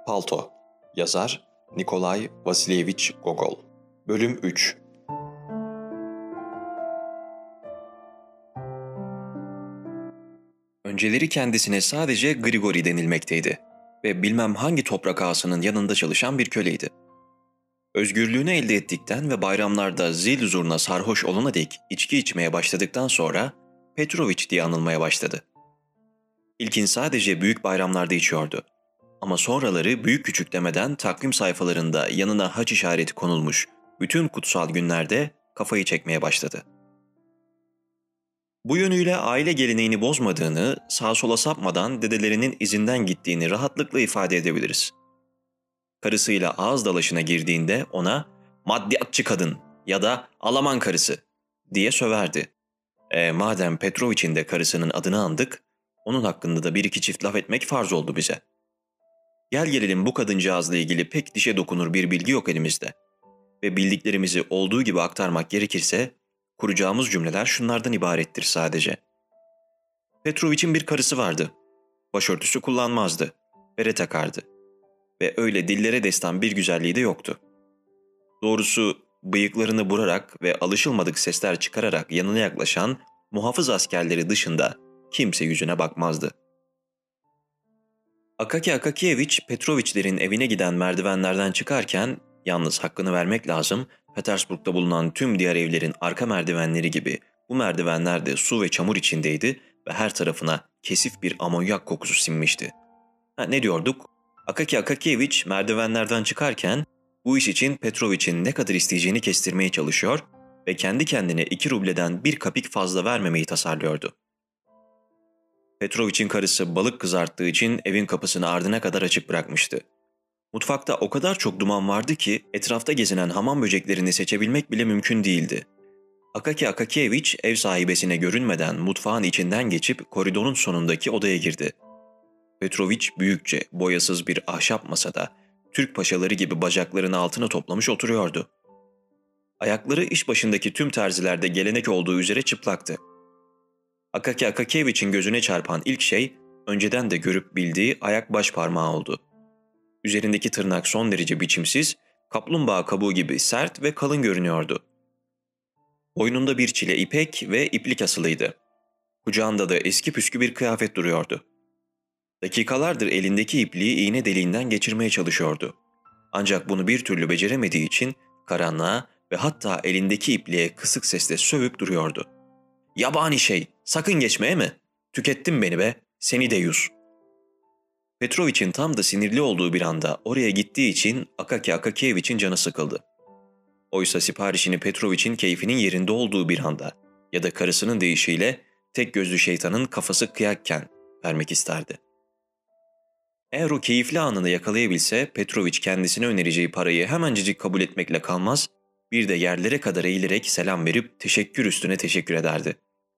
Palto. Yazar Nikolay Vasilyevich Gogol. Bölüm 3. Önceleri kendisine sadece Grigori denilmekteydi ve bilmem hangi toprak ağasının yanında çalışan bir köleydi. Özgürlüğünü elde ettikten ve bayramlarda zil zurna sarhoş olana dek içki içmeye başladıktan sonra Petroviç diye anılmaya başladı. İlkin sadece büyük bayramlarda içiyordu. Ama sonraları büyük küçük demeden takvim sayfalarında yanına haç işareti konulmuş bütün kutsal günlerde kafayı çekmeye başladı. Bu yönüyle aile geleneğini bozmadığını, sağa sola sapmadan dedelerinin izinden gittiğini rahatlıkla ifade edebiliriz. Karısıyla ağız dalaşına girdiğinde ona "maddiyatçı kadın" ya da "Alaman karısı" diye söverdi. Madem Petroviç'in de karısının adını andık, onun hakkında da bir iki çift laf etmek farz oldu bize. Gel gelelim bu kadıncağızla ilgili pek dişe dokunur bir bilgi yok elimizde. Ve bildiklerimizi olduğu gibi aktarmak gerekirse, kuracağımız cümleler şunlardan ibarettir sadece. Petroviç'in bir karısı vardı. Başörtüsü kullanmazdı. Bere takardı. Ve öyle dillere destan bir güzelliği de yoktu. Doğrusu bıyıklarını burarak ve alışılmadık sesler çıkararak yanına yaklaşan muhafız askerleri dışında kimse yüzüne bakmazdı. Akaki Akakiyeviç, Petroviçlerin evine giden merdivenlerden çıkarken, yalnız hakkını vermek lazım, Petersburg'da bulunan tüm diğer evlerin arka merdivenleri gibi bu merdivenler de su ve çamur içindeydi ve her tarafına kesif bir amonyak kokusu sinmişti. Ne diyorduk? Akaki Akakiyeviç merdivenlerden çıkarken bu iş için Petroviç'in ne kadar isteyeceğini kestirmeye çalışıyor ve kendi kendine 2 rubleden bir kapik fazla vermemeyi tasarlıyordu. Petroviç'in karısı balık kızarttığı için evin kapısını ardına kadar açık bırakmıştı. Mutfakta o kadar çok duman vardı ki etrafta gezinen hamam böceklerini seçebilmek bile mümkün değildi. Akaki Akakiyeviç ev sahibesine görünmeden mutfağın içinden geçip koridorun sonundaki odaya girdi. Petroviç büyükçe, boyasız bir ahşap masada Türk paşaları gibi bacaklarını altına toplamış oturuyordu. Ayakları iş başındaki tüm terzilerde gelenek olduğu üzere çıplaktı. Akaki Akakiyeviç'in gözüne çarpan ilk şey, önceden de görüp bildiği ayak baş parmağı oldu. Üzerindeki tırnak son derece biçimsiz, kaplumbağa kabuğu gibi sert ve kalın görünüyordu. Boynunda bir çile ipek ve iplik asılıydı. Kucağında da eski püskü bir kıyafet duruyordu. Dakikalardır elindeki ipliği iğne deliğinden geçirmeye çalışıyordu. Ancak bunu bir türlü beceremediği için karanlığa ve hatta elindeki ipliğe kısık sesle sövüp duruyordu. "Yabani şey, sakın geçmeye mi? Tükettin beni be, seni deyus." Petroviç'in tam da sinirli olduğu bir anda oraya gittiği için Akaki Akakiyeviç'in canı sıkıldı. Oysa siparişini Petroviç'in keyfinin yerinde olduğu bir anda ya da karısının deyişiyle tek gözlü şeytanın kafası kıyakken vermek isterdi. Eğer o keyifli anını yakalayabilse Petroviç kendisine önereceği parayı hemencecik kabul etmekle kalmaz, bir de yerlere kadar eğilerek selam verip teşekkür üstüne teşekkür ederdi.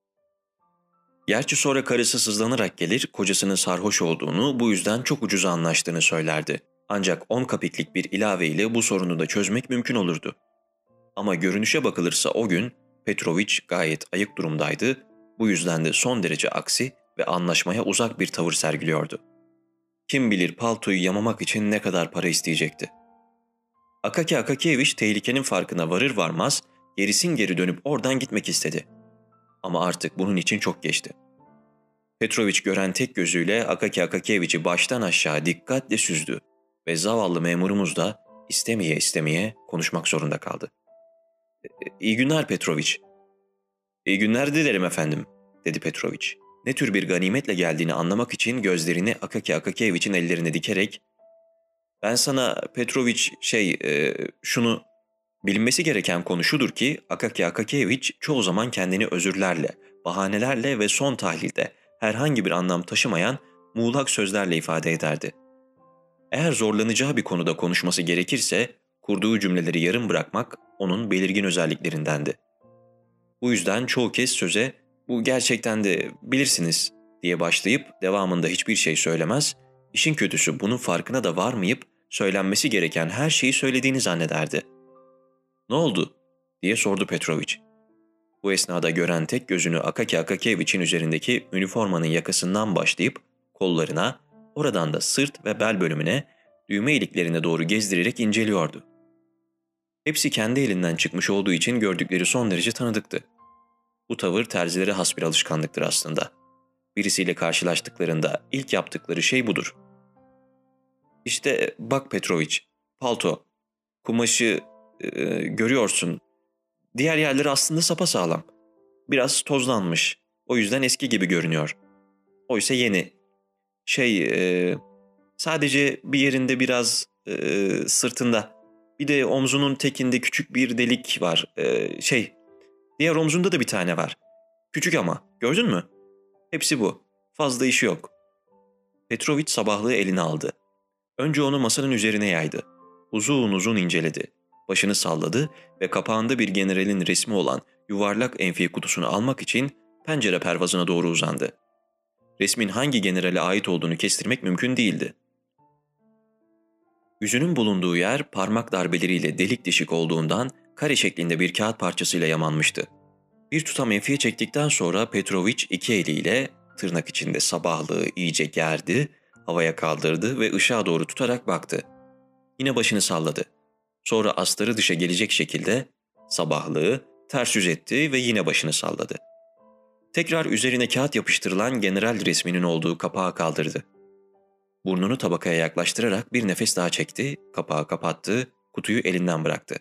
Gerçi sonra karısı sızlanarak gelir, kocasının sarhoş olduğunu, bu yüzden çok ucuza anlaştığını söylerdi. Ancak 10 kapiklik bir ilave ile bu sorunu da çözmek mümkün olurdu. Ama görünüşe bakılırsa o gün Petroviç gayet ayık durumdaydı, bu yüzden de son derece aksi ve anlaşmaya uzak bir tavır sergiliyordu. Kim bilir paltoyu yamamak için ne kadar para isteyecekti. Akaki Akakiyeviç tehlikenin farkına varır varmaz gerisin geri dönüp oradan gitmek istedi. Ama artık bunun için çok geçti. Petroviç gören tek gözüyle Akaki Akakiyeviç'i baştan aşağı dikkatle süzdü ve zavallı memurumuz da istemeye istemeye konuşmak zorunda kaldı. "İyi günler Petroviç." "İyi günler dilerim efendim," dedi Petroviç. Ne tür bir ganimetle geldiğini anlamak için gözlerini Akaki Akakiyeviç'in ellerine dikerek "Ben sana Petroviç şunu..." Bilinmesi gereken konu şudur ki Akaki Akakiyeviç çoğu zaman kendini özürlerle, bahanelerle ve son tahlilde herhangi bir anlam taşımayan muğlak sözlerle ifade ederdi. Eğer zorlanacağı bir konuda konuşması gerekirse kurduğu cümleleri yarım bırakmak onun belirgin özelliklerindendi. Bu yüzden çoğu kez söze "bu gerçekten de bilirsiniz" diye başlayıp devamında hiçbir şey söylemez, işin kötüsü bunun farkına da varmayıp söylenmesi gereken her şeyi söylediğini zannederdi. "Ne oldu?" diye sordu Petroviç. Bu esnada gören tek gözünü Akaki Akakiyeviç'in üzerindeki üniformanın yakasından başlayıp kollarına, oradan da sırt ve bel bölümüne, düğme iliklerine doğru gezdirerek inceliyordu. Hepsi kendi elinden çıkmış olduğu için gördükleri son derece tanıdıktı. Bu tavır terzilere has bir alışkanlıktır aslında. Birisiyle karşılaştıklarında ilk yaptıkları şey budur. İşte bak Petrovic, palto, kumaşı görüyorsun. Diğer yerleri aslında sapasağlam. Biraz tozlanmış. O yüzden eski gibi görünüyor. Oysa yeni. Sadece bir yerinde biraz sırtında. Bir de omzunun tekinde küçük bir delik var. Diğer omzunda da bir tane var. Küçük ama. Gördün mü? Hepsi bu. Fazla işi yok. Petrovic sabahlığı eline aldı. Önce onu masanın üzerine yaydı. Uzun uzun inceledi. Başını salladı ve kapağında bir generalin resmi olan yuvarlak enfiye kutusunu almak için pencere pervazına doğru uzandı. Resmin hangi generale ait olduğunu kestirmek mümkün değildi. Yüzünün bulunduğu yer parmak darbeleriyle delik deşik olduğundan kare şeklinde bir kağıt parçasıyla yamanmıştı. Bir tutam enfiye çektikten sonra Petrovic iki eliyle tırnak içinde sabahlığı iyice gerdi, havaya kaldırdı ve ışığa doğru tutarak baktı. Yine başını salladı. Sonra astarı dışa gelecek şekilde sabahlığı ters yüz etti ve yine başını salladı. Tekrar üzerine kağıt yapıştırılan general resminin olduğu kapağı kaldırdı. Burnunu tabakaya yaklaştırarak bir nefes daha çekti, kapağı kapattı, kutuyu elinden bıraktı.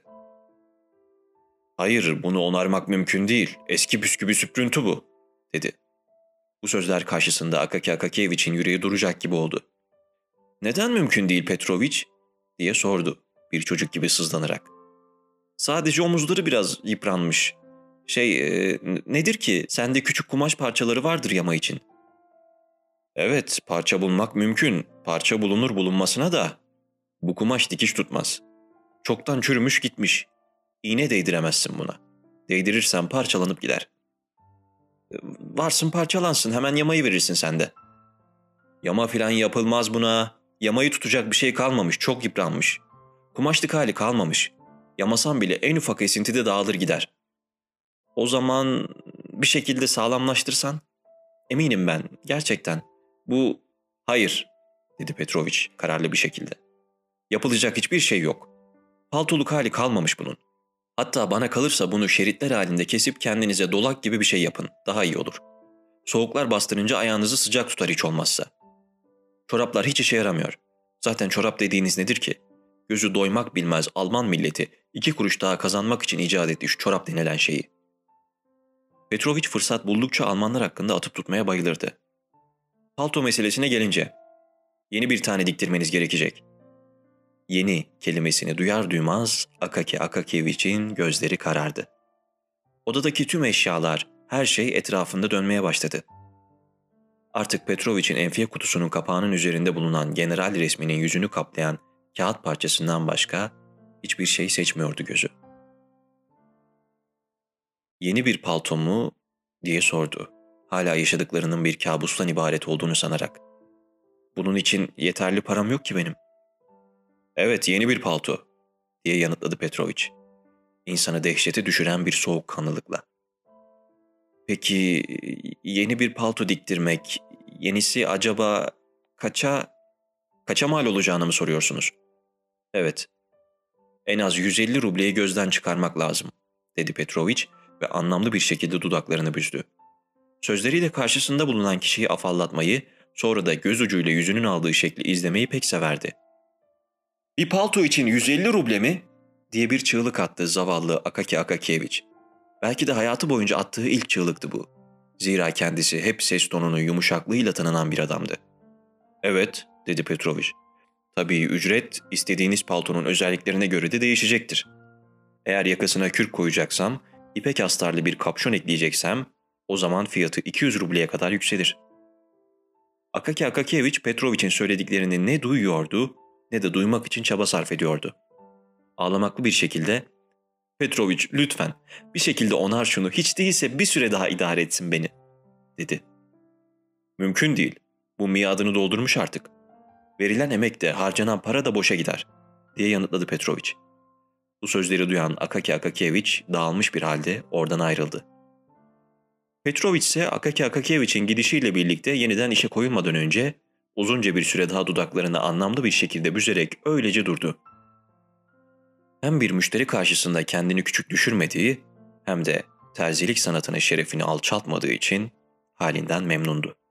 "Hayır, bunu onarmak mümkün değil. Eski püskü bir süprüntü bu," dedi. Bu sözler karşısında Akaki Akakiyeviç'in yüreği duracak gibi oldu. "Neden mümkün değil Petrovic?" diye sordu, bir çocuk gibi sızlanarak. "Sadece omuzları biraz yıpranmış. Nedir ki? Sende küçük kumaş parçaları vardır yama için." "Evet, parça bulmak mümkün. Parça bulunur bulunmasına da. Bu kumaş dikiş tutmaz. Çoktan çürümüş gitmiş. İğne değdiremezsin buna. Değdirirsen parçalanıp gider." "Varsın parçalansın, hemen yamayı verirsin sen de." "Yama filan yapılmaz buna. Yamayı tutacak bir şey kalmamış, çok yıpranmış. Kumaşlık hali kalmamış. Yamasan bile en ufak esintide dağılır gider." "O zaman bir şekilde sağlamlaştırsan?" "Eminim ben, gerçekten. Bu..." "Hayır," dedi Petrovic kararlı bir şekilde. "Yapılacak hiçbir şey yok. Paltoluk hali kalmamış bunun. Hatta bana kalırsa bunu şeritler halinde kesip kendinize dolak gibi bir şey yapın. Daha iyi olur. Soğuklar bastırınca ayağınızı sıcak tutar hiç olmazsa. Çoraplar hiç işe yaramıyor. Zaten çorap dediğiniz nedir ki? Gözü doymak bilmez Alman milleti 2 kuruş daha kazanmak için icat ettiği şu çorap denilen şeyi." Petrovic fırsat buldukça Almanlar hakkında atıp tutmaya bayılırdı. "Palto meselesine gelince, yeni bir tane diktirmeniz gerekecek." Yeni kelimesini duyar duymaz Akaki Akakiyeviç'in gözleri karardı. Odadaki tüm eşyalar, her şey etrafında dönmeye başladı. Artık Petrovic'in enfiye kutusunun kapağının üzerinde bulunan general resminin yüzünü kaplayan kağıt parçasından başka hiçbir şey seçmiyordu gözü. "Yeni bir palto mu?" diye sordu. Hala yaşadıklarının bir kabustan ibaret olduğunu sanarak. "Bunun için yeterli param yok ki benim." "Evet, yeni bir palto," diye yanıtladı Petrovic. İnsanı dehşete düşüren bir soğukkanlılıkla. "Peki yeni bir palto diktirmek, yenisi acaba kaça mal olacağını mı soruyorsunuz?" "Evet, en az 150 rubleyi gözden çıkarmak lazım," dedi Petrovic ve anlamlı bir şekilde dudaklarını büzdü. Sözleriyle karşısında bulunan kişiyi afallatmayı, sonra da göz ucuyla yüzünün aldığı şekli izlemeyi pek severdi. "Bir palto için 150 ruble mi?" diye bir çığlık attı zavallı Akaki Akakiyeviç. Belki de hayatı boyunca attığı ilk çığlıktı bu. Zira kendisi hep ses tonunun yumuşaklığıyla tanınan bir adamdı. "Evet," dedi Petrovic. "Tabii ücret istediğiniz paltonun özelliklerine göre de değişecektir. Eğer yakasına kürk koyacaksam, ipek astarlı bir kapşon ekleyeceksem, o zaman fiyatı 200 rubleye kadar yükselir." Akaki Akakiyeviç Petrovic'in söylediklerini ne duyuyordu ne de duymak için çaba sarf ediyordu. Ağlamaklı bir şekilde "Petrovic, lütfen bir şekilde onar şunu, hiç değilse bir süre daha idare etsin beni," dedi. "Mümkün değil. Bu miadını doldurmuş artık. Verilen emek de harcanan para da boşa gider," diye yanıtladı Petrovic. Bu sözleri duyan Akaki Akakiyeviç dağılmış bir halde oradan ayrıldı. Petrovic ise Akaki Akakiyeviç'in gidişiyle birlikte yeniden işe koyulmadan önce Uzunca bir süre daha dudaklarını anlamlı bir şekilde büzerek öylece durdu. Hem bir müşteri karşısında kendini küçük düşürmediği hem de terzilik sanatının şerefini alçaltmadığı için halinden memnundu.